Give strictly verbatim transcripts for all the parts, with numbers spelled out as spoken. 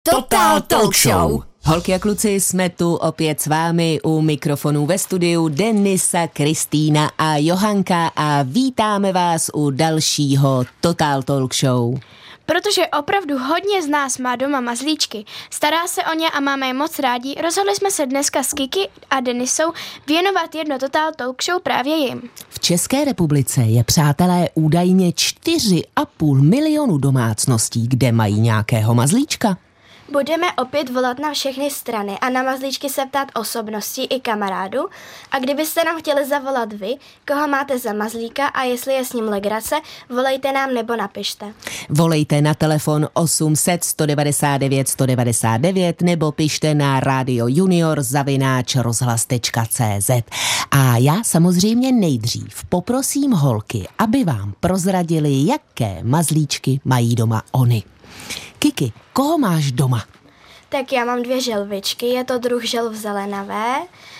Total Talk Show. Holky a kluci, jsme tu opět s vámi u mikrofonů ve studiu Denisa, Kristýna a Johanka a vítáme vás u dalšího Total Talk Show. Protože opravdu hodně z nás má doma mazlíčky, stará se o ně a máme je moc rádi, rozhodli jsme se dneska s Kiki a Denisou věnovat jedno Total Talk Show právě jim. V České republice je, přátelé, údajně čtyři a půl milionu domácností, kde mají nějakého mazlíčka. Budeme opět volat na všechny strany a na mazlíčky se ptát osobností i kamarádu. A kdybyste nám chtěli zavolat vy, koho máte za mazlíka a jestli je s ním legrace, volejte nám nebo napište. Volejte na telefon osm set sto devadesát devět sto devadesát devět nebo pište na radio junior zavináč rozhlas tečka cé zet. A já samozřejmě nejdřív poprosím holky, aby vám prozradili, jaké mazlíčky mají doma oni. Kiki, koho máš doma? Tak já mám dvě želvičky, je to druh želv zelenavé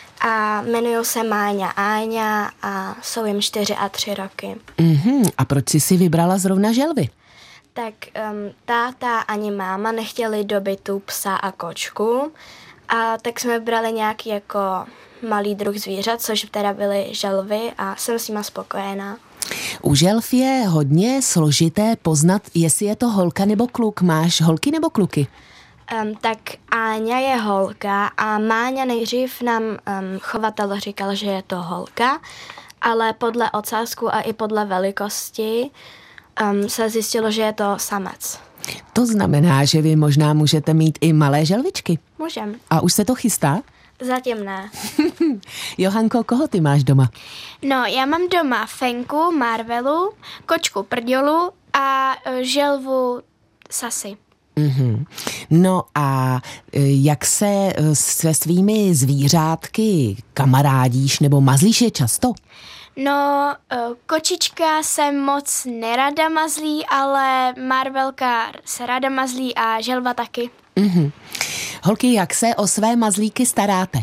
a jmenují se Máňa a Áňa a jsou jim čtyři a tři roky. Mhm, a proč jsi si vybrala zrovna želvy? Tak um, táta ani máma nechtěli do bytu psa a kočku a tak jsme brali nějaký jako malý druh zvířat, což teda byly želvy a jsem s nima spokojená. U želv je hodně složité poznat, jestli je to holka nebo kluk. Máš holky nebo kluky? Um, tak Áňa je holka a Máňa nejdřív nám um, chovatel říkal, že je to holka, ale podle ocásku a i podle velikosti um, se zjistilo, že je to samec. To znamená, že vy možná můžete mít i malé želvičky. Můžem. A už se to chystá? Zatím ne. Johanko, koho ty máš doma? No, já mám doma Fenku, Marvelu, kočku Prdělu a želvu Sasy. Mm-hmm. No a jak se se svými zvířátky kamarádíš nebo mazlíš je často? No, kočička se moc nerada mazlí, ale Marvelka se ráda mazlí a želva taky. Mm-hmm. Holky, jak se o své mazlíky staráte?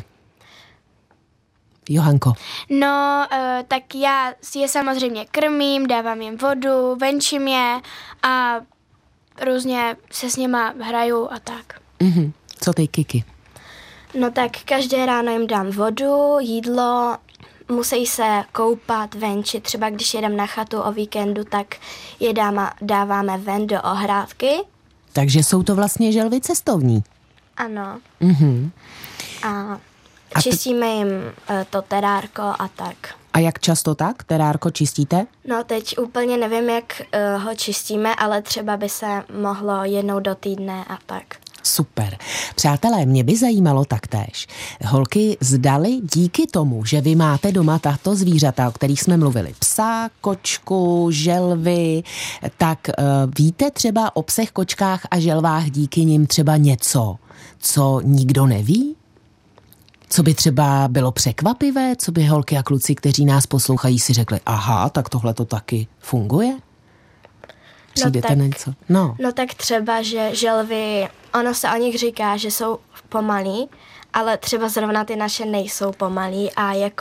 Johanko. No, tak já je samozřejmě krmím, dávám jim vodu, venčím je a různě se s nima hraju a tak. Mm-hmm. Co ty, Kiki? No tak každé ráno jim dám vodu, jídlo, musí se koupat, venčit. Třeba když jedem na chatu o víkendu, tak je dáma, dáváme ven do ohrádky. Takže jsou to vlastně želvy cestovní. Ano. Mm-hmm. A A čistíme jim to terárko a tak. A jak často tak terárko čistíte? No teď úplně nevím, jak uh, ho čistíme, ale třeba by se mohlo jednou do týdne a tak. Super. Přátelé, mě by zajímalo taktéž. Holky, zdali díky tomu, že vy máte doma tato zvířata, o kterých jsme mluvili, psa, kočku, želvy, tak uh, víte třeba o psech, kočkách a želvách díky nim třeba něco, co nikdo neví? Co by třeba bylo překvapivé, co by holky a kluci, kteří nás poslouchají, si řekli, aha, tak tohle to taky funguje? Přijdete no na něco? No. no tak třeba, že želvy, ono se o nich říká, že jsou pomalí, ale třeba zrovna ty naše nejsou pomalí a jako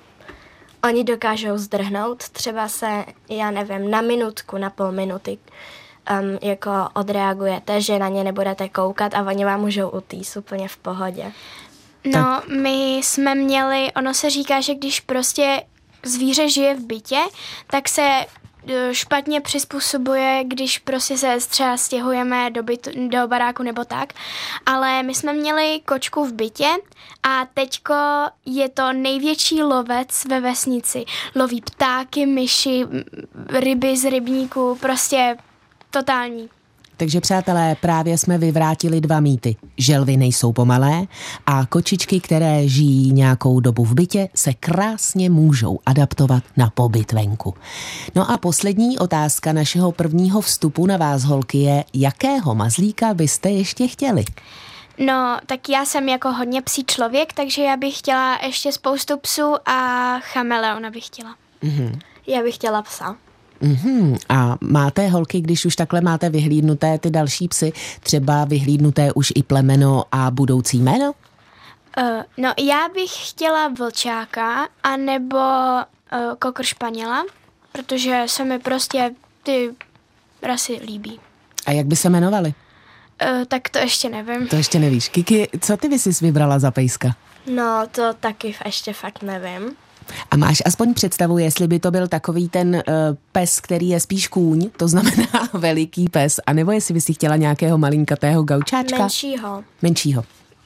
oni dokážou zdrhnout, třeba se, já nevím, na minutku, na půl minuty um, jako odreagujete, že na ně nebudete koukat a oni vám můžou utíct úplně v pohodě. No, my jsme měli, ono se říká, že když prostě zvíře žije v bytě, tak se špatně přizpůsobuje, když prostě se třeba stěhujeme do, bytu, do baráku nebo tak, ale my jsme měli kočku v bytě a teďko je to největší lovec ve vesnici. Loví ptáky, myši, ryby z rybníku, prostě totální. Takže přátelé, právě jsme vyvrátili dva mýty. Želvy nejsou pomalé a kočičky, které žijí nějakou dobu v bytě, se krásně můžou adaptovat na pobyt venku. No a poslední otázka našeho prvního vstupu na vás, holky, je, jakého mazlíka byste ještě chtěli? No, tak já jsem jako hodně psí člověk, takže já bych chtěla ještě spoustu psů a chameleona bych chtěla. Mm-hmm. Já bych chtěla psa. Mm-hmm. A máte, holky, když už takhle máte vyhlídnuté ty další psy, třeba vyhlídnuté už i plemeno a budoucí jméno? Uh, no, já bych chtěla vlčáka anebo uh, kokr španěla, protože se mi prostě ty rasy líbí. A jak by se jmenovali? Uh, tak to ještě nevím. To ještě nevíš. Kiki, co ty bys si vybrala za pejska? No, to taky ještě fakt nevím. A máš aspoň představu, jestli by to byl takový ten uh, pes, který je spíš kůň, to znamená veliký pes, anebo jestli bys si chtěla nějakého malinkatého gaučáčka? Menšího. Menšího.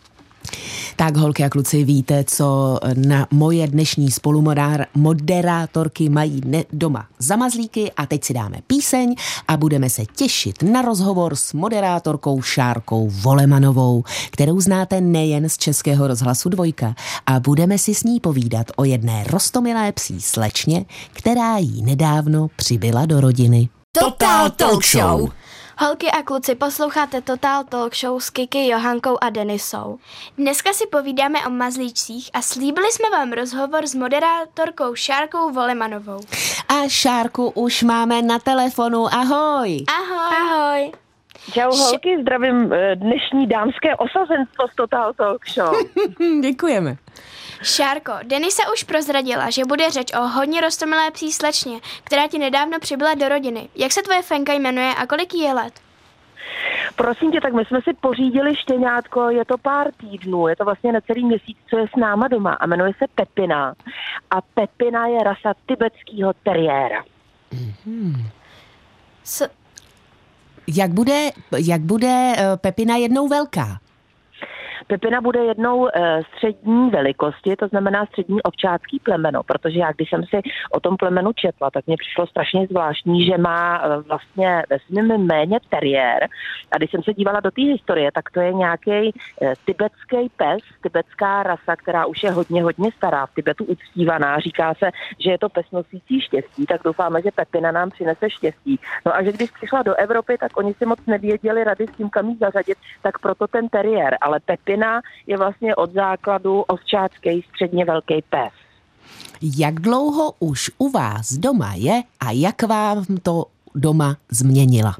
Tak, holky a kluci, víte, co na moje dnešní spolumoderátorky mají ne- doma za mazlíky, a teď si dáme píseň a budeme se těšit na rozhovor s moderátorkou Šárkou Volemanovou, kterou znáte nejen z Českého rozhlasu Dvojka, a budeme si s ní povídat o jedné roztomilé psí slečně, která jí nedávno přibyla do rodiny. Total Talk Show. Holky a kluci, posloucháte Total Talk Show s Kiki, Johankou a Denisou. Dneska si povídáme o mazlíčcích a slíbili jsme vám rozhovor s moderátorkou Šárkou Volemanovou. A Šárku už máme na telefonu, ahoj. Ahoj. Ahoj. Čau holky, zdravím dnešní dámské osazenstvo z Total Talk Show. Děkujeme. Šárko, Denisa už prozradila, že bude řeč o hodně roztomilé psí slečně, která ti nedávno přibyla do rodiny. Jak se tvoje fenka jmenuje a kolik jí je let? Prosím tě, tak my jsme si pořídili štěňátko, je to pár týdnů, je to vlastně necelý měsíc, co je s náma doma a jmenuje se Pepina. A Pepina je rasa tibetského teriéra. Mm-hmm. S- Jak bude, jak bude Pepina jednou velká? Pepina bude jednou e, střední velikosti, to znamená střední ovčácký plemeno, protože já, když jsem si o tom plemenu četla, tak mě přišlo strašně zvláštní, že má e, vlastně ve svém jméně teriér. A když jsem se dívala do té historie, tak to je nějaký e, tibetský pes, tibetská rasa, která už je hodně, hodně stará, v Tibetu uctívaná. Říká se, že je to pes nosící štěstí, tak doufáme, že Pepina nám přinese štěstí. No a že když přišla do Evropy, tak oni si moc nevěděli rady s tím, kam jí zařadit, tak proto ten teriér, ale Pepina je vlastně od základu ovčácký středně velký pes. Jak dlouho už u vás doma je a jak vám to doma změnila?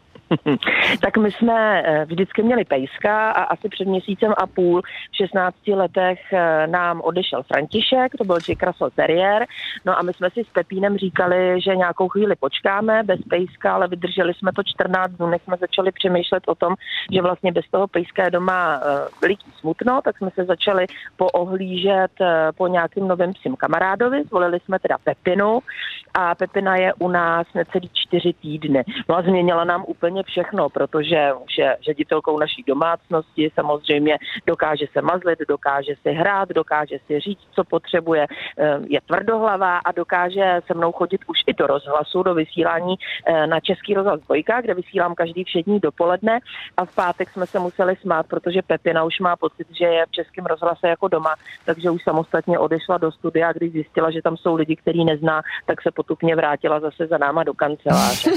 Tak my jsme vždycky měli pejska a asi před měsícem a půl v šestnácti letech nám odešel František, to byl Jack Russell Terrier, no a my jsme si s Pepínem říkali, že nějakou chvíli počkáme bez pejska, ale vydrželi jsme to čtrnáct dnů, než jsme začali přemýšlet o tom, že vlastně bez toho pejska je doma veliký smutno, tak jsme se začali poohlížet po nějakým novým psím kamarádovi, zvolili jsme teda Pepinu a Pepina je u nás necelý čtyři týdny. No a změnila nám úplně všechno, protože už je ředitelkou naší domácnosti, samozřejmě dokáže se mazlit, dokáže si hrát, dokáže si říct, co potřebuje, je tvrdohlavá a dokáže se mnou chodit už i do rozhlasu, do vysílání na Český rozhlas Dvojka, kde vysílám každý všední dopoledne a v pátek jsme se museli smát, protože Pepina už má pocit, že je v Českém rozhlase jako doma, takže už samostatně odešla do studia a když zjistila, že tam jsou lidi, který nezná, tak se potupně vrátila zase za náma do kanceláře.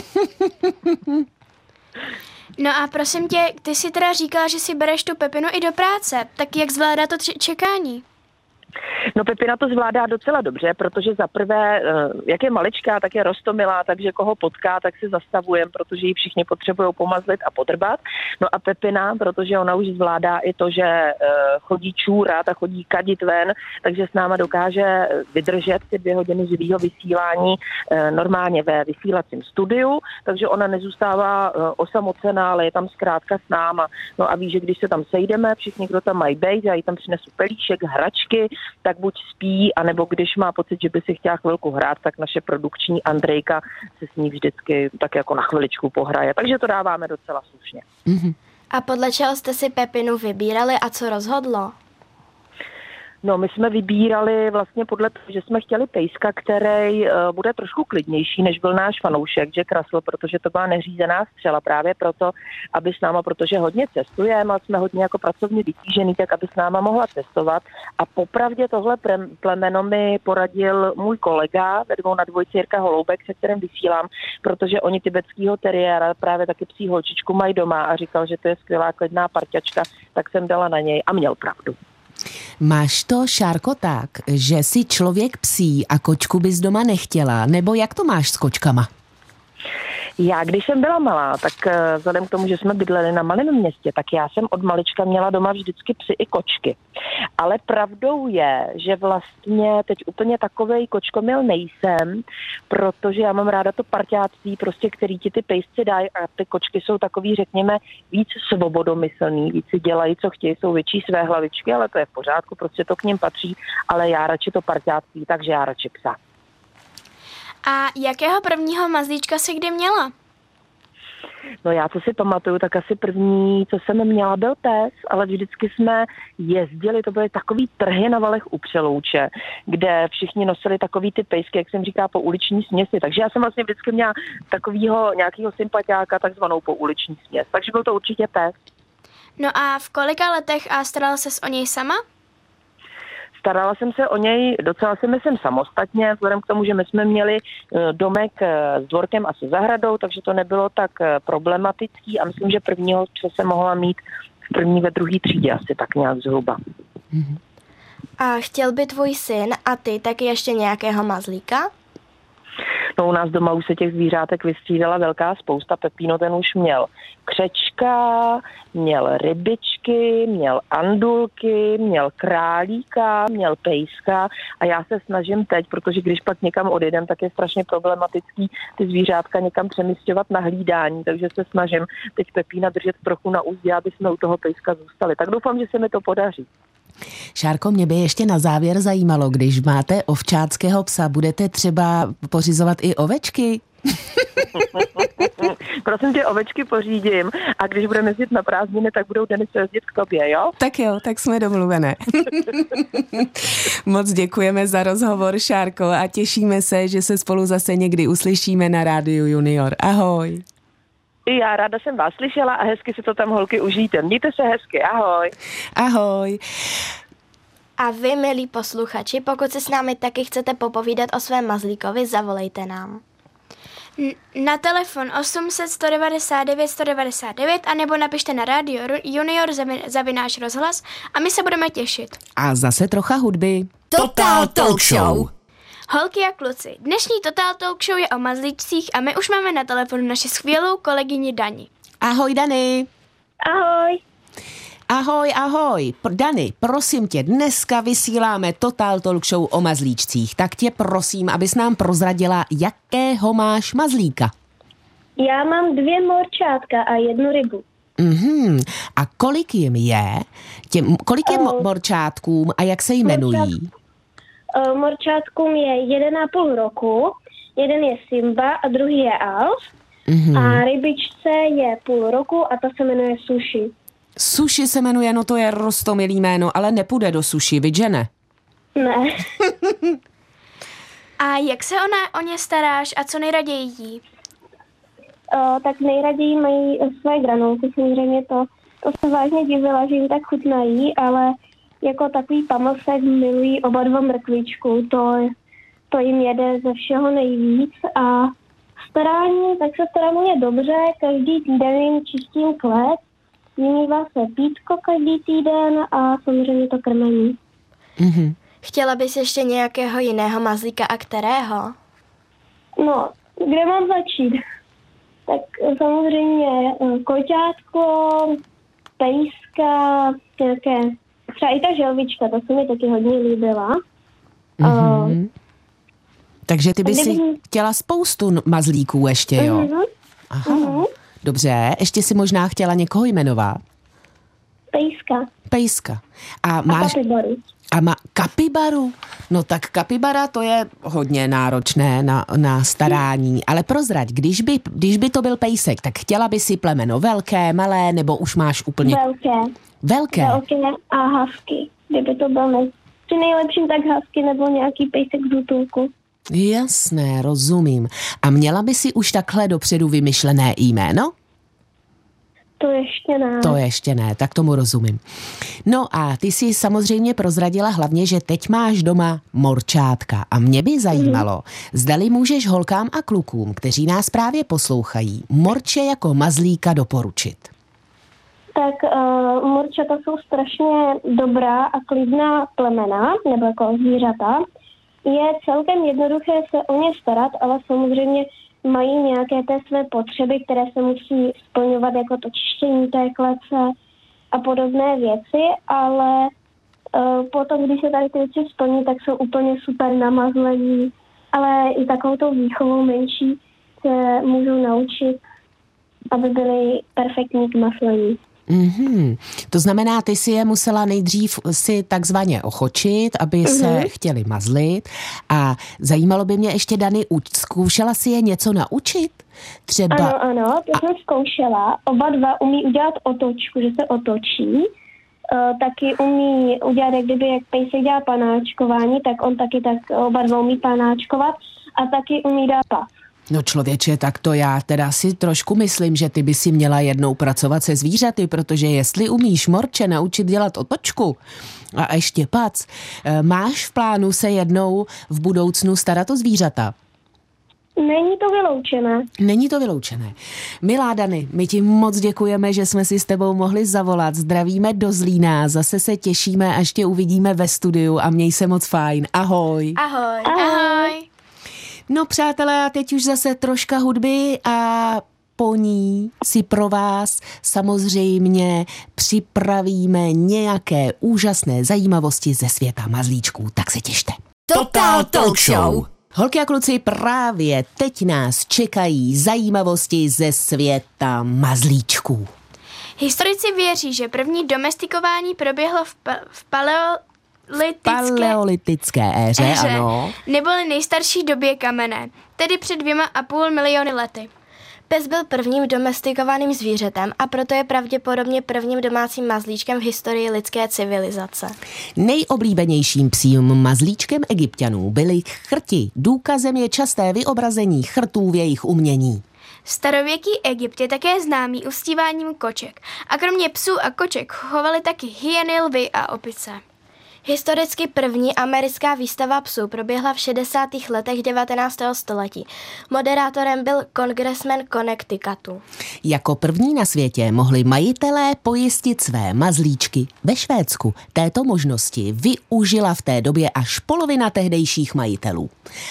No a prosím tě, ty si teda říkala, že si bereš tu Pepinu i do práce, tak jak zvládá to č- čekání? No Pepina to zvládá docela dobře, protože za prvé, jak je maličká, tak je roztomilá, takže koho potká, tak se zastavujeme, protože ji všichni potřebují pomazlit a podrbat. No a Pepina, protože ona už zvládá i to, že chodí čůrat a chodí kadit ven, takže s náma dokáže vydržet ty dvě hodiny živého vysílání normálně ve vysílacím studiu, takže ona nezůstává osamocená, ale je tam zkrátka s náma. No a ví, že když se tam sejdeme, všichni, kdo tam mají být, já jí tam přinesu pelíšek, hračky, tak buď spí, anebo když má pocit, že by si chtěla chvilku hrát, tak naše produkční Andrejka se s ní vždycky tak jako na chviličku pohraje. Takže to dáváme docela slušně. Mm-hmm. A podle čeho jste si Pepinu vybírali a co rozhodlo? No, my jsme vybírali vlastně podle toho, že jsme chtěli pejska, který uh, bude trošku klidnější, než byl náš fanoušek Jack Russell, protože to byla neřízená střela právě proto, aby s náma, protože hodně cestujeme a jsme hodně jako pracovně vytížený, tak aby s náma mohla cestovat. A popravdě tohle pre- plemeno mi poradil můj kolega ve Dvou na dvojce Jirka Holoubek, se kterým vysílám, protože oni tibetského teriéra, právě taky psí holčičku mají doma a říkal, že to je skvělá klidná parťačka, tak jsem dala na něj a měl pravdu. Máš to, Šárko, tak, že si člověk psí a kočku bys doma nechtěla, nebo jak to máš s kočkama? Já, když jsem byla malá, tak vzhledem k tomu, že jsme bydleli na malém městě, tak já jsem od malička měla doma vždycky psy i kočky. Ale pravdou je, že vlastně teď úplně takovej kočkomil nejsem, protože já mám ráda to parťáctví, prostě, který ti ty pejsci dají a ty kočky jsou takový, řekněme, víc svobodomyslný, víc si dělají, co chtějí, jsou větší své hlavičky, ale to je v pořádku, prostě to k nim patří, ale já radši to parťáctví, takže já radši psa. A jakého prvního mazlíčka jsi kdy měla? No já, co si pamatuju, tak asi první, co jsem měla, byl pes, ale vždycky jsme jezdili, to byly takový trhy na Valech u Přelouče, kde všichni nosili takový ty pejsky, jak jsem říká, po uliční směsi. Takže já jsem vlastně vždycky měla takovýho nějakého sympatiáka, takzvanou po uliční směs. Takže byl to určitě pes. No a v kolika letech a starala ses o něj sama? Starala jsem se o něj docela si myslím samostatně, vzhledem k tomu, že my jsme měli domek s dvorkem a se zahradou, takže to nebylo tak problematický a myslím, že prvního, co jsem mohla mít v první, ve druhé třídě asi tak nějak zhruba. A chtěl by tvůj syn a ty taky ještě nějakého mazlíka? No u nás doma už se těch zvířátek vystřídala velká spousta. Pepíno ten už měl křečka, měl rybičky, měl andulky, měl králíka, měl pejska a já se snažím teď, protože když pak někam odjedem, tak je strašně problematický ty zvířátka někam přemísťovat na hlídání, takže se snažím teď Pepína držet trochu na úzdě, aby jsme u toho pejska zůstali. Tak doufám, že se mi to podaří. Šárko, mě by ještě na závěr zajímalo, když máte ovčáckého psa, budete třeba pořizovat i ovečky? Prosím tě, ovečky pořídím a když budeme jezdit na prázdniny, tak budou Denis jezdit k tobě, jo? Tak jo, tak jsme domluvené. Moc děkujeme za rozhovor, Šárko, a těšíme se, že se spolu zase někdy uslyšíme na Rádiu Junior. Ahoj. I já ráda jsem vás slyšela a hezky si to tam, holky, užijte. Mějte se hezky, ahoj. Ahoj. A vy, milí posluchači, pokud si s námi taky chcete popovídat o svém mazlíkovi, zavolejte nám. N- na telefon osm set sto devadesát devět sto devadesát devět anebo napište na rádio Junior zavináč rozhlas a my se budeme těšit. A zase trocha hudby. Total Talk Show. Holky a kluci, dnešní Total Talk Show je o mazlíčcích a my už máme na telefonu naši skvělou kolegyni Dani. Ahoj, Dani. Ahoj. Ahoj, ahoj. Dani, prosím tě, dneska vysíláme Total Talk Show o mazlíčcích. Tak tě prosím, abys nám prozradila, jakého máš mazlíka. Já mám dvě morčátka a jednu rybu. Mhm. A kolik jim je? Tě, kolik je uh, morčátkům a jak se jmenují? Morčát, uh, morčátkům je jeden a půl roku, jeden je Simba a druhý je Alf. Mhm. A rybičce je půl roku a ta se jmenuje Sushi. Sushi se jmenuje, no to je roztomilý jméno, ale nepůjde do sushi, viď, že ne? Ne. A jak se ona o ně staráš a co nejraději jí? O, tak nejraději mají své granulky, samozřejmě to, to se vážně divila, že jim tak chutnají, ale jako takový pamlsek milují oba dva mrkvičku, to, to jim jede ze všeho nejvíc a starání, tak se starám o ně dobře, každý týden jim čistím klec, vymývá se pítko každý týden a samozřejmě to krmení. Mhm. Chtěla bys ještě nějakého jiného mazlíka a kterého? No, kde mám začít? Tak samozřejmě koťátko, pejska, nějaké, třeba i ta želvička, to se mi taky hodně líbila. Mhm. Uh, Takže ty by si kdyby... chtěla spoustu mazlíků ještě, jo? Uh-huh. Aha. Uh-huh. Dobře, ještě si možná chtěla někoho jmenovat? Pejska. Pejska. A A máš... kapibaru. A má kapibaru? No tak kapibara to je hodně náročné na, na starání, ale prozrať, když by, když by to byl pejsek, tak chtěla by si plemeno velké, malé, nebo už máš úplně... Velké. Velké? Velké a husky. Kdyby to byl nej... při nejlepším tak husky nebo nějaký pejsek z útulku. Jasné, rozumím. A měla by si už takhle dopředu vymyšlené jméno? To ještě ne. To ještě ne, tak tomu rozumím. No a ty si samozřejmě prozradila hlavně, že teď máš doma morčátka. A mě by zajímalo, mm. zdali můžeš holkám a klukům, kteří nás právě poslouchají, morče jako mazlíka doporučit. Tak uh, morčata jsou strašně dobrá a klidná plemena, nebo jako zvířata. Je celkem jednoduché se o ně starat, ale samozřejmě mají nějaké té své potřeby, které se musí splňovat, jako to čištění té klece a podobné věci, ale uh, potom, když se tady ty věci splní, tak jsou úplně super namazlení, ale i takovou tou výchovou menší se můžou naučit, aby byli perfektní k maslení. Mm-hmm. To znamená, ty si je musela nejdřív si takzvaně ochočit, aby mm-hmm. se chtěli mazlit. A zajímalo by mě ještě, Dany, zkoušela si je něco naučit? Třeba... Ano, ano, to a... jsem zkoušela. Oba dva umí udělat otočku, že se otočí. Uh, taky umí udělat, jak kdyby, jak pejsek dělá panáčkování, tak on taky tak oba dva umí panáčkovat a taky umí dát pas. No člověče, tak to já teda si trošku myslím, že ty by si měla jednou pracovat se zvířaty, protože jestli umíš morče naučit dělat otočku a ještě pac, máš v plánu se jednou v budoucnu starat o zvířata? Není to vyloučené. Není to vyloučené. Milá Dany, my ti moc děkujeme, že jsme si s tebou mohli zavolat. Zdravíme do Zlína, zase se těšíme, až tě uvidíme ve studiu a měj se moc fajn. Ahoj. Ahoj. Ahoj. No přátelé, a teď už zase troška hudby a po ní si pro vás samozřejmě připravíme nějaké úžasné zajímavosti ze světa mazlíčků. Tak se těšte. Total Talk Show. Holky a kluci, právě teď nás čekají zajímavosti ze světa mazlíčků. Historici věří, že první domestikování proběhlo v, pa- v paleo... paleolitické éře, éře, ano. Neboli nejstarší době kamenné, tedy před dvěma a půl miliony lety. Pes byl prvním domestikovaným zvířetem a proto je pravděpodobně prvním domácím mazlíčkem v historii lidské civilizace. Nejoblíbenějším psím mazlíčkem Egypťanů byli chrti. Důkazem je časté vyobrazení chrtů v jejich umění. Starověký Egypt je také známý uctíváním koček a kromě psů a koček chovali taky hyeny, lvy a opice. Historicky první americká výstava psů proběhla v šedesátých letech devatenáctého století. Moderátorem byl kongresmen Connecticutu. Jako první na světě mohli majitelé pojistit své mazlíčky ve Švédsku. Této možnosti využila v té době až polovina tehdejších majitelů.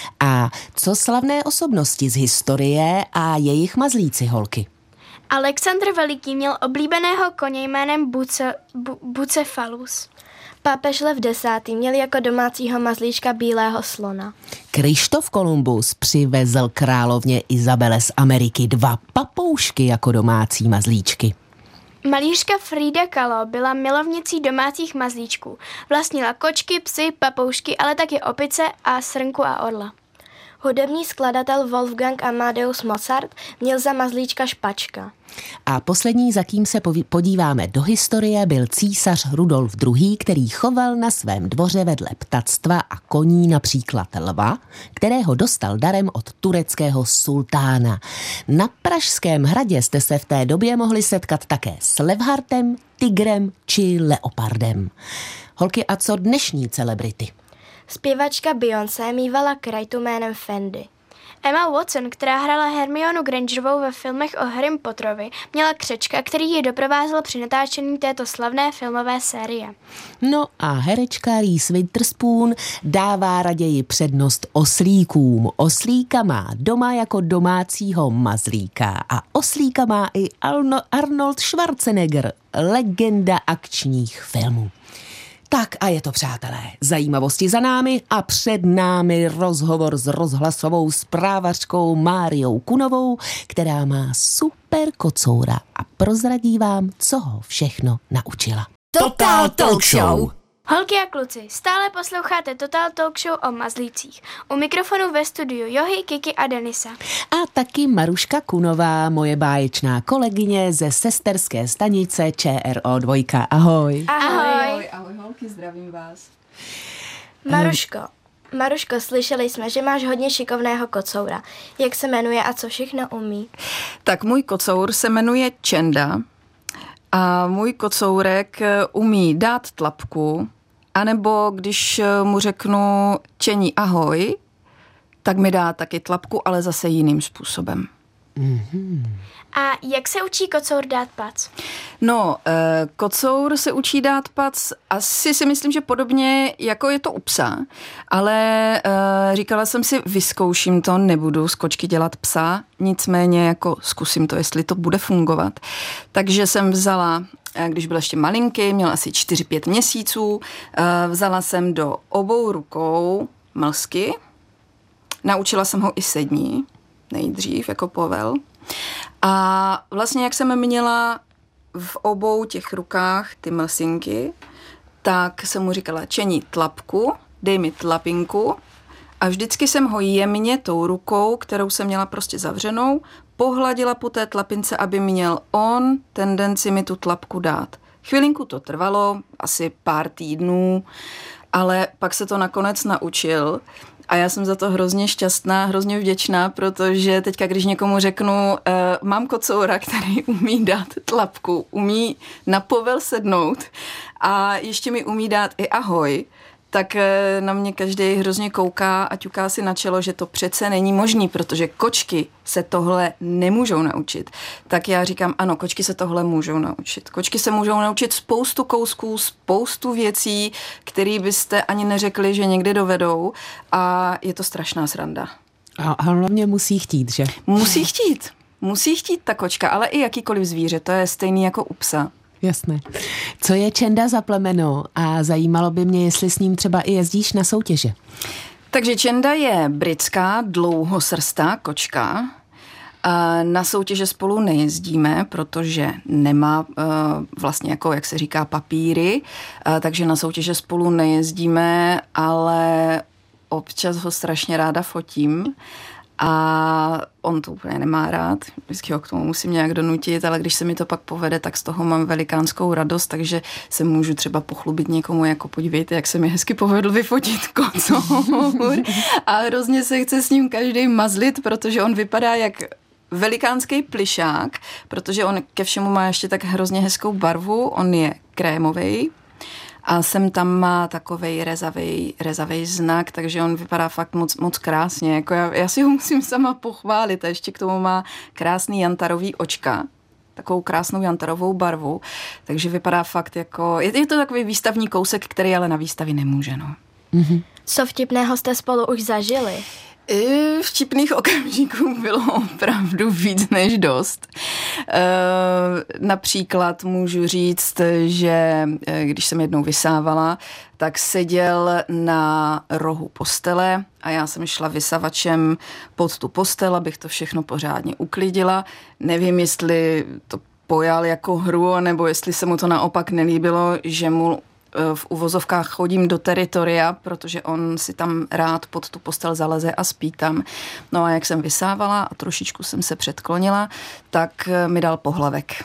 A co slavné osobnosti z historie a jejich mazlíci, holky? Alexandr Veliký měl oblíbeného koně jménem Buce, bu, Bucephalus. Papež Lev desátý měl jako domácího mazlíčka bílého slona. Krištof Kolumbus přivezl královně Izabele z Ameriky dva papoušky jako domácí mazlíčky. Malířka Frida Kahlo byla milovnicí domácích mazlíčků. Vlastnila kočky, psy, papoušky, ale taky opice a srnku a orla. Hudební skladatel Wolfgang Amadeus Mozart měl za mazlíčka špačka. A poslední, za kým se podíváme do historie, byl císař Rudolf druhý., který choval na svém dvoře vedle ptactva a koní například lva, kterého dostal darem od tureckého sultána. Na Pražském hradě jste se v té době mohli setkat také s levhartem, tigrem či leopardem. Holky, a co dnešní celebrity? Zpěvačka Beyoncé mívala krajtu jménem Fendi. Emma Watson, která hrála Hermionu Grangerovou ve filmech o Harrym Potterovi, měla křečka, který ji doprovázel při natáčení této slavné filmové série. No a herečka Reese Witherspoon dává raději přednost oslíkům. Oslíka má doma jako domácího mazlíka a oslíka má i Arnold Schwarzenegger, legenda akčních filmů. Tak a je to, přátelé, zajímavosti za námi a před námi rozhovor s rozhlasovou zprávařkou Máriou Kunovou, která má super kocoura a prozradí vám, co ho všechno naučila. Total Talk Show. Holky a kluci, stále posloucháte Total Talk Show o mazlících. U mikrofonu ve studiu Johy, Kiki a Denisa. A taky Maruška Kunová, moje báječná kolegyně ze sesterské stanice Č R O dva. Ahoj. Ahoj. Ahoj, ahoj holky, zdravím vás. Maruško, Maruško, slyšeli jsme, že máš hodně šikovného kocoura. Jak se jmenuje a co všechno umí? Tak můj kocour se jmenuje Čenda a můj kocourek umí dát tlapku, anebo když mu řeknu Čeni ahoj, tak mi dá taky tlapku, ale zase jiným způsobem. Mm-hmm. A jak se učí kocour dát pac? No, e, kocour se učí dát pac, asi si myslím, že podobně jako je to u psa, ale e, říkala jsem si, vyzkouším to, nebudu z kočky dělat psa, nicméně jako zkusím to, jestli to bude fungovat. Takže jsem vzala, když byl ještě malinký, měl asi čtyři pět měsíců, e, vzala jsem do obou rukou mlsky, naučila jsem ho i sední, nejdřív jako povel. A vlastně jak jsem měla v obou těch rukách ty mlsinky, tak jsem mu říkala, Čeni, tlapku, dej mi tlapinku a vždycky jsem ho jemně tou rukou, kterou jsem měla prostě zavřenou, pohladila po té tlapince, aby měl on tendenci mi tu tlapku dát. Chvilinku to trvalo, asi pár týdnů, ale pak se to nakonec naučil. A já jsem za to hrozně šťastná, hrozně vděčná, protože teďka, když někomu řeknu, uh, mám kocoura, který umí dát tlapku, umí na povel sednout a ještě mi umí dát i ahoj, tak na mě každý hrozně kouká a ťuká si na čelo, že to přece není možný, protože kočky se tohle nemůžou naučit. Tak já říkám, ano, kočky se tohle můžou naučit. Kočky se můžou naučit spoustu kousků, spoustu věcí, které byste ani neřekli, že někdy dovedou a je to strašná sranda. A hlavně musí chtít, že? Musí chtít. Musí chtít ta kočka, ale i jakýkoliv zvíře, to je stejný jako u psa. Jasné. Co je Čenda za plemeno a zajímalo by mě, jestli s ním třeba i jezdíš na soutěže. Takže Čenda je britská dlouhosrstá kočka. Na soutěže spolu nejezdíme, protože nemá vlastně jako, jak se říká, papíry, takže na soutěže spolu nejezdíme, ale občas ho strašně ráda fotím. A on to úplně nemá rád, vždycky ho k tomu musím nějak donutit, ale když se mi to pak povede, tak z toho mám velikánskou radost, takže se můžu třeba pochlubit někomu, jako podívejte, jak se mi hezky povedl vyfotit kocour. A hrozně se chce s ním každý mazlit, protože on vypadá jak velikánský plišák, protože on ke všemu má ještě tak hrozně hezkou barvu, on je krémovej, a sem tam má takovej rezavej, rezavej znak, takže on vypadá fakt moc, moc krásně. Jako já, já si ho musím sama pochválit a ještě k tomu má krásný jantarový očka, takovou krásnou jantarovou barvu, takže vypadá fakt jako, je, je to takový výstavní kousek, který ale na výstavě nemůže, no. Mm-hmm. Co vtipného jste spolu už zažili? I vtipných okamžiků bylo opravdu víc než dost. E, například můžu říct, že když jsem jednou vysávala, tak seděl na rohu postele a já jsem šla vysavačem pod tu postel, abych to všechno pořádně uklidila. Nevím, jestli to pojal jako hru, nebo jestli se mu to naopak nelíbilo, že mu v uvozovkách chodím do teritoria, protože on si tam rád pod tu postel zaleze a spí tam. No a jak jsem vysávala a trošičku jsem se předklonila, tak mi dal pohlavek.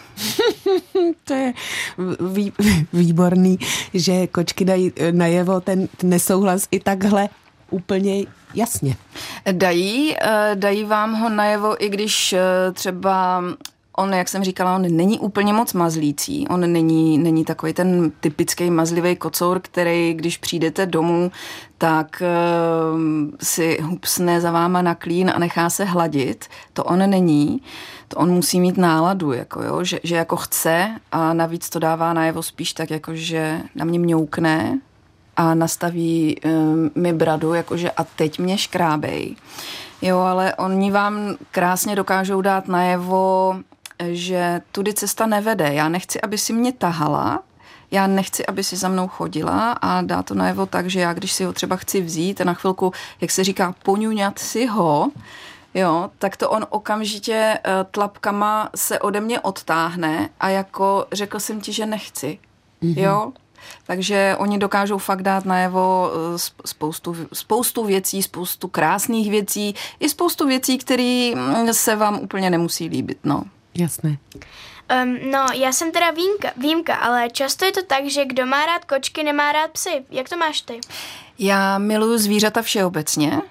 To je vý, výborný, že kočky dají najevo ten nesouhlas i takhle úplně jasně. Dají, dají vám ho najevo, i když třeba on, jak jsem říkala, on není úplně moc mazlící. On není, není takový ten typický mazlivý kocour, který, když přijdete domů, tak uh, si hupsne za váma na klín a nechá se hladit. To on není. To on musí mít náladu, jako jo, že, že jako chce a navíc to dává najevo spíš tak, jako že na mě mňoukne a nastaví um, mi bradu, jakože a teď mě škrábej. Jo, ale oni vám krásně dokážou dát najevo, že tudy cesta nevede. Já nechci, aby si mě tahala, já nechci, aby si za mnou chodila a dá to najevo tak, že já, když si ho třeba chci vzít a na chvilku, jak se říká, poňuňat si ho, jo, tak to on okamžitě tlapkama se ode mě odtáhne a jako řekl jsem ti, že nechci. Mm-hmm. Jo, takže oni dokážou fakt dát najevo spoustu, spoustu věcí, spoustu krásných věcí i spoustu věcí, které se vám úplně nemusí líbit, no. Jasné. Um, no, já jsem teda výjimka, výjimka, ale často je to tak, že kdo má rád kočky, nemá rád psy. Jak to máš ty? Já miluju zvířata všeobecně, uh,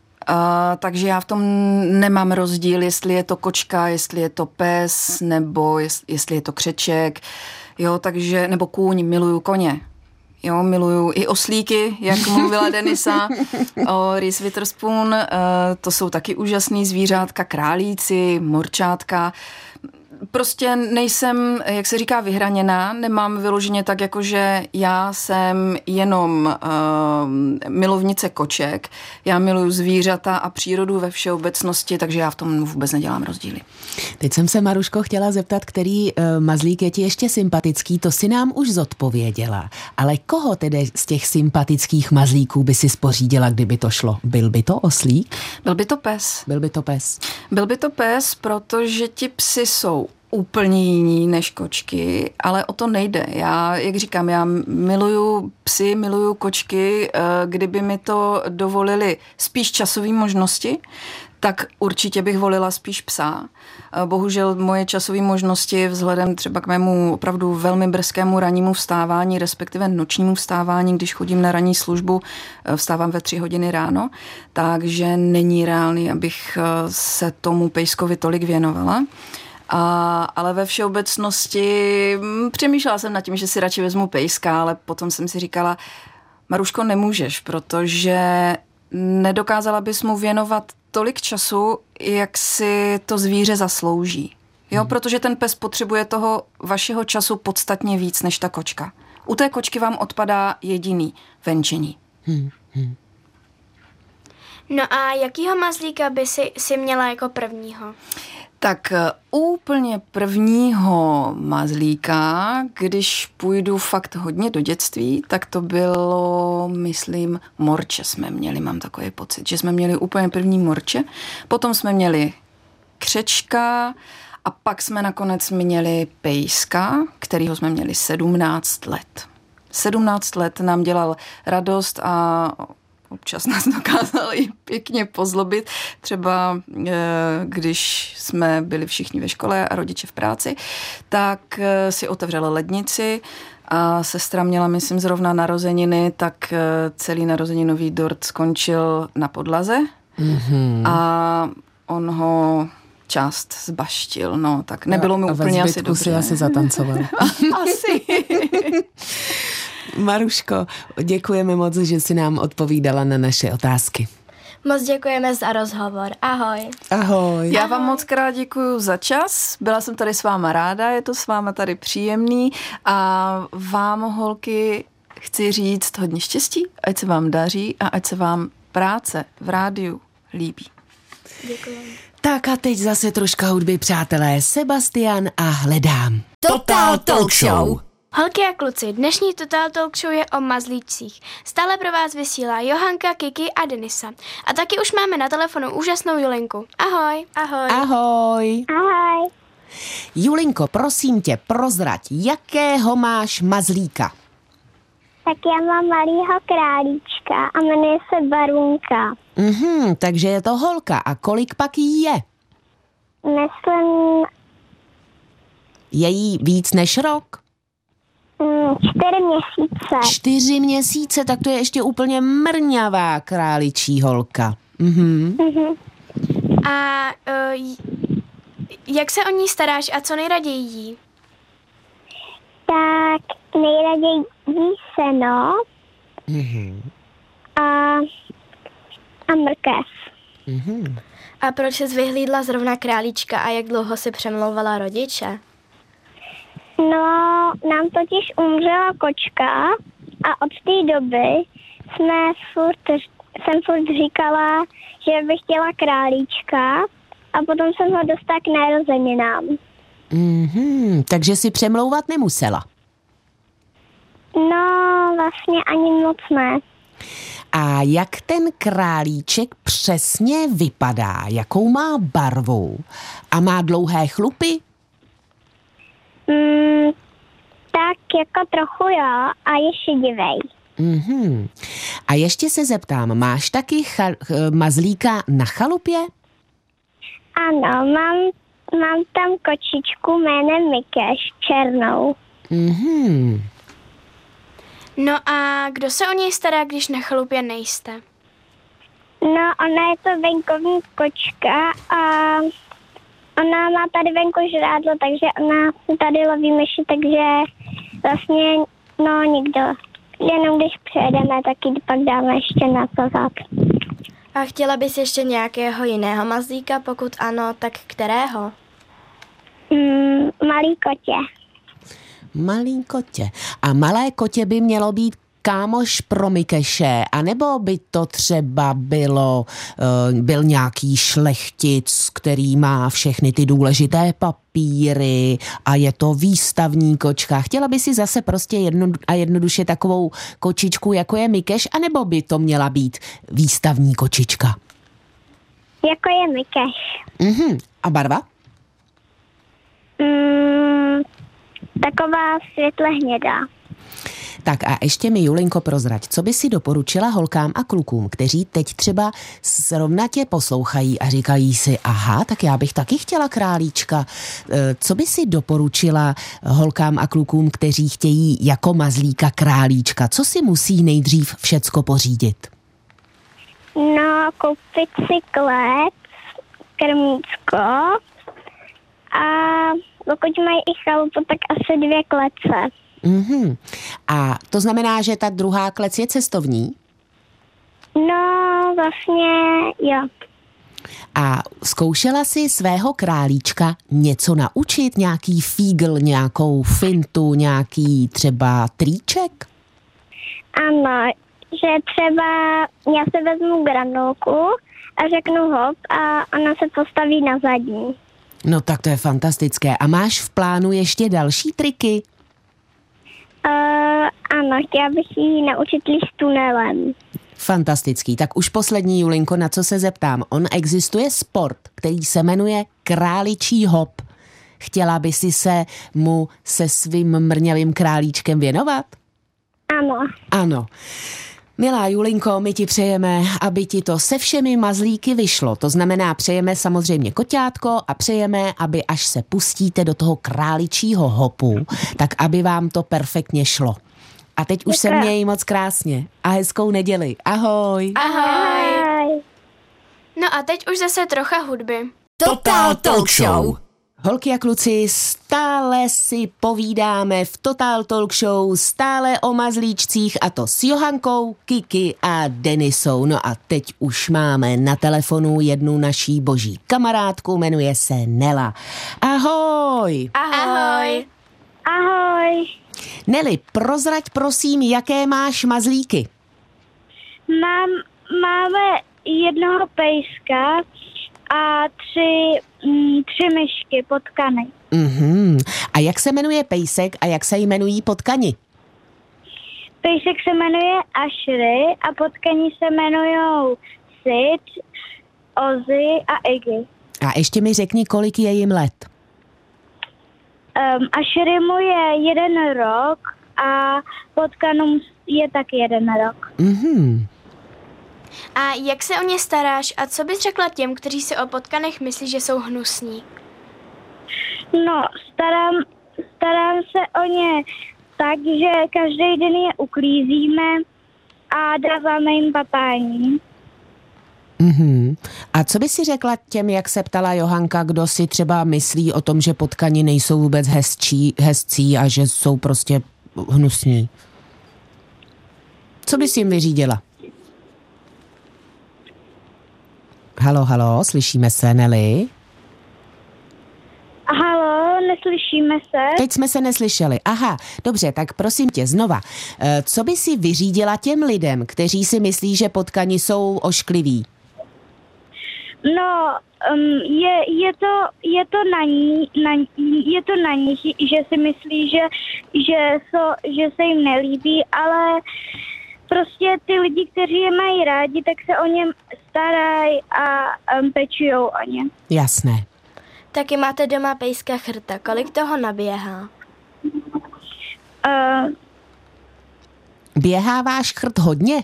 takže já v tom nemám rozdíl, jestli je to kočka, jestli je to pes, nebo jest, jestli je to křeček, jo, takže, nebo kůň, miluju koně. Jo, miluju i oslíky, jak mluvila Denisa o Reese Witherspoon. To jsou taky úžasný zvířátka, králíci, morčátka. Prostě nejsem, jak se říká, vyhraněná, nemám vyloženě tak, jakože já jsem jenom uh, milovnice koček, já miluju zvířata a přírodu ve všeobecnosti, takže já v tom vůbec nedělám rozdíly. Teď jsem se, Maruško, chtěla zeptat, který uh, mazlík je ti ještě sympatický, to si nám už zodpověděla, ale koho tedy z těch sympatických mazlíků by si spořídila, kdyby to šlo? Byl by to oslík? Byl by to pes. Byl by to pes. Byl by to pes, protože ti psi jsou úplně jiní než kočky, ale o to nejde. Já, jak říkám, já miluju psy, miluju kočky, kdyby mi to dovolili spíš časové možnosti, tak určitě bych volila spíš psa. Bohužel moje časové možnosti vzhledem třeba k mému opravdu velmi brzkému rannímu vstávání, respektive nočnímu vstávání, když chodím na ranní službu, vstávám ve tři hodiny ráno, takže není reálný, abych se tomu pejskovi tolik věnovala. A, ale ve všeobecnosti přemýšlela jsem nad tím, že si radši vezmu pejska, ale potom jsem si říkala, Maruško, nemůžeš, protože nedokázala bys mu věnovat tolik času, jak si to zvíře zaslouží. Jo, hmm. protože ten pes potřebuje toho vašeho času podstatně víc než ta kočka. U té kočky vám odpadá jediný venčení. Hmm. Hmm. No a jakýho mazlíka by si, si měla jako prvního? Tak úplně prvního mazlíka, když půjdu fakt hodně do dětství, tak to bylo, myslím, morče jsme měli, mám takový pocit, že jsme měli úplně první morče, potom jsme měli křečka a pak jsme nakonec měli pejska, kterýho jsme měli sedmnáct let. sedmnáct let nám dělal radost a občas nás dokázal i pěkně pozlobit, třeba když jsme byli všichni ve škole a rodiče v práci, tak si otevřela lednici a sestra měla, myslím, zrovna narozeniny, tak celý narozeninový dort skončil na podlaze mm-hmm. a on ho část zbaštil, no, tak nebylo mi úplně asi dobře. Si asi zatancoval. Asi. Maruško, děkujeme moc, že jsi nám odpovídala na naše otázky. Moc děkujeme za rozhovor. Ahoj. Ahoj. Já vám moc krát děkuju za čas. Byla jsem tady s váma ráda, je to s váma tady příjemný a vám, holky, chci říct hodně štěstí, ať se vám daří a ať se vám práce v rádiu líbí. Děkujeme. Tak a teď zase troška hudby, přátelé. Sebastian a Hledám. Total Talk Show. Holky a kluci, dnešní Total Talk Show je o mazlíčcích. Stále pro vás vysílá Johanka, Kiki a Denisa. A taky už máme na telefonu úžasnou Julinku. Ahoj. Ahoj. Ahoj. Ahoj. Julinko, prosím tě, prozrať, jakého máš mazlíka? Tak já mám malýho králíčka a jmenuje se Barunka. Mhm, takže je to holka. A kolik pak jí je? Myslím... Je jí víc než rok? Mm, čtyři měsíce. Čtyři měsíce, tak to je ještě úplně mrňavá králičí holka. Mhm. Mhm. A uh, jak se o ní staráš a co nejraději jí? Tak nejraději jí seno Mhm. a, a mrkev. Mhm. A proč jsi vyhlídla zrovna králíčka a jak dlouho si přemlouvala rodiče? No, nám totiž umřela kočka a od té doby jsme furt, jsem furt říkala, že bych chtěla králíčka a potom jsem ho dostala k narozeninám. Mhm, takže si přemlouvat nemusela. No, vlastně ani moc ne. A jak ten králíček přesně vypadá? Jakou má barvu? A má dlouhé chlupy? Mm, tak jako trochu jo a je šedivej. Mhm. A ještě se zeptám, máš taky chal- mazlíka na chalupě? Ano, mám, mám tam kočičku jménem Mikeš, černou. Mhm. No a kdo se o něj stará, když na chalupě nejste? No, ona je to venkovní kočka a ona má tady venku žrádlo, takže ona tady loví myši, takže vlastně, no, nikdo Jenom když přejedeme, tak ji pak dáme ještě na sazák. A chtěla bys ještě nějakého jiného mazlíka? Pokud ano, tak kterého? Mm, malý kotě. Malý kotě. A malé kotě by mělo být kámoš pro Mikeše, anebo by to třeba bylo, uh, byl nějaký šlechtic, který má všechny ty důležité papíry a je to výstavní kočka. Chtěla by si zase prostě jedno a jednoduše takovou kočičku, jako je Mikeš, anebo by to měla být výstavní kočička? Jako je Mikeš. Mhm. A barva? Mm, taková světle hnědá. Tak a ještě mi, Julinko, prozrať, co by si doporučila holkám a klukům, kteří teď třeba zrovna tě poslouchají a říkají si, aha, tak já bych taky chtěla králíčka. Co by si doporučila holkám a klukům, kteří chtějí jako mazlíka králíčka? Co si musí nejdřív všecko pořídit? No, koupit si klec, krmícko a pokud mají i chalupu, tak asi dvě klece. Mhm. A to znamená, že ta druhá klec je cestovní? No, vlastně jo. A zkoušela si svého králíčka něco naučit? Nějaký fígl, nějakou fintu, nějaký třeba triček? Ano, že třeba já se vezmu granulku a řeknu hop a ona se postaví na zadní. No tak to je fantastické. A máš v plánu ještě další triky? Uh, ano, chtěla bych ji naučit líst tunelem. Fantastický. Tak už poslední, Julinko, na co se zeptám. On existuje sport, který se jmenuje králičí hop. Chtěla by si se mu se svým mrňavým králíčkem věnovat? Ano. Ano. Milá Julinko, my ti přejeme, aby ti to se všemi mazlíky vyšlo. To znamená, přejeme samozřejmě koťátko a přejeme, aby až se pustíte do toho králičího hopu, tak aby vám to perfektně šlo. A teď už se měj moc krásně a hezkou neděli. Ahoj. Ahoj. Ahoj. No a teď už zase trocha hudby. Total Talk Show. Holky a kluci, stále si povídáme v Total Talk Show, stále o mazlíčcích, a to s Johankou, Kiki a Denisou. No a teď už máme na telefonu jednu naší boží kamarádku, jmenuje se Nela. Ahoj! Ahoj. Ahoj. Neli, prozrať prosím, jaké máš mazlíky. Mám, máme jednoho pejska a tři, mm, tři myšky, potkany. Mhm. A jak se jmenuje pejsek a jak se jmenují potkani? Pejsek se jmenuje Ashry a potkani se jmenujou Sid, Ozzy a Iggy. A ještě mi řekni, kolik je jim let. Um, Ashry mu je jeden rok a potkanům je taky jeden rok. Mhm. A jak se o ně staráš a co bys řekla těm, kteří si o potkanech myslí, že jsou hnusní? No, starám, starám se o ně tak, že každý den je uklízíme a dáváme jim papání. Mhm. A co by si řekla těm, jak se ptala Johanka, kdo si třeba myslí o tom, že potkani nejsou vůbec hezčí, hezcí a že jsou prostě hnusní? Co bys jim vyřídila? Halo, halo, slyšíme se, Neli? Halo, neslyšíme se? Teď jsme se neslyšeli. Aha, dobře, tak prosím tě, znova. E, co by si vyřídila těm lidem, kteří si myslí, že potkani jsou oškliví? No, um, je, je, to, je, to na ní, na, je to na nich, že si myslí, že, že, so, že se jim nelíbí, ale prostě ty lidi, kteří je mají rádi, tak se o ně starají a um, pečujou o ně. Jasné. Taky máte doma pejska Chrta. Kolik toho naběhá? Uh, Běhá váš chrt hodně?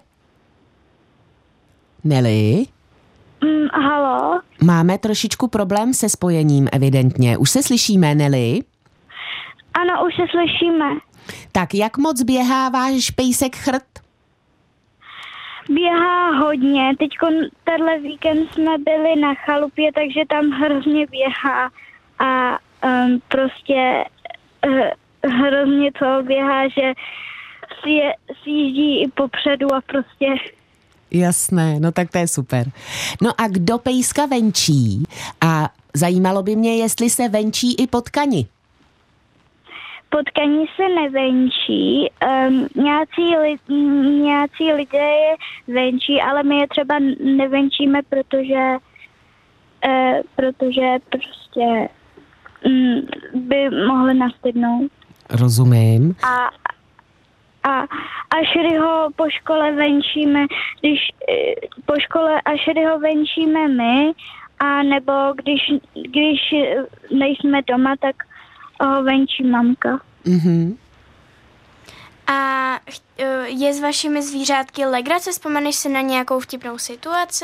Neli? um, halo? Máme trošičku problém se spojením, evidentně. Už se slyšíme, Neli? Ano, už se slyšíme. Tak jak moc běhá váš pejsek Chrt? Běhá hodně. Teď tenhle víkend jsme byli na chalupě, takže tam hrozně běhá a um, prostě uh, hrozně to běhá, že si, je, si jíždí i popředu a prostě... Jasné, no tak to je super. No a kdo pejska venčí? A zajímalo by mě, jestli se venčí i potkani. Potkani se nevenčí, um, nějací, li, nějací lidé je venčí, ale my je třeba nevenčíme, protože, uh, protože prostě um, by mohli nastydnout. Rozumím. A, a až ho po škole venčíme, když uh, po škole až ho venčíme my, a nebo když, když nejsme doma, tak ho venčí mamka. Mhm. A je s vašimi zvířátky legrace? Vzpomeneš si na nějakou vtipnou situaci?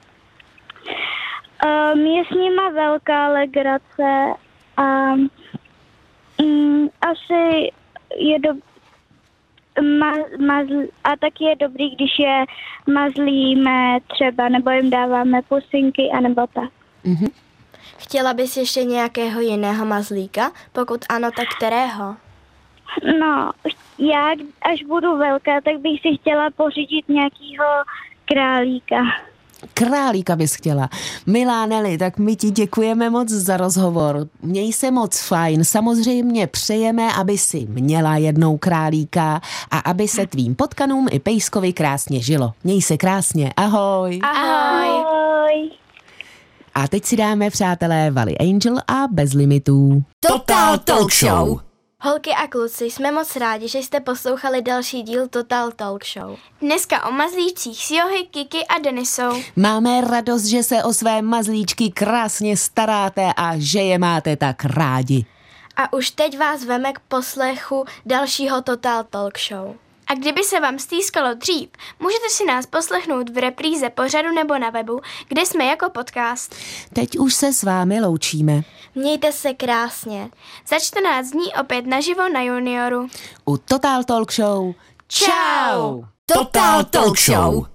Um, je s nima velká legrace a um, asi je do, ma, mazl, a taky je dobrý, když je mazlíme třeba, nebo jim dáváme pusinky, anebo tak. Mhm. Chtěla bys ještě nějakého jiného mazlíka? Pokud ano, tak kterého? No, já až budu velká, tak bych si chtěla pořídit nějakýho králíka. Králíka bys chtěla. Milá Neli, tak my ti děkujeme moc za rozhovor. Měj se moc fajn. Samozřejmě přejeme, aby si měla jednou králíka a aby se tvým potkanům i pejskovi krásně žilo. Měj se krásně. Ahoj. Ahoj. Ahoj. A teď si dáme, přátelé, Valley Angel a Bez limitů. Total Talk Show. Holky a kluci, jsme moc rádi, že jste poslouchali další díl Total Talk Show. Dneska o mazlíčcích s Johy, Kiki a Denisou. Máme radost, že se o své mazlíčky krásně staráte a že je máte tak rádi. A už teď vás veme k poslechu dalšího Total Talk Show. A kdyby se vám stýskalo dřív, můžete si nás poslechnout v repríze pořadu nebo na webu, kde jsme jako podcast. Teď už se s vámi loučíme. Mějte se krásně. Za čtrnáct dní opět naživo na Junioru. U Total Talk Show. Čau! Total Talk Show.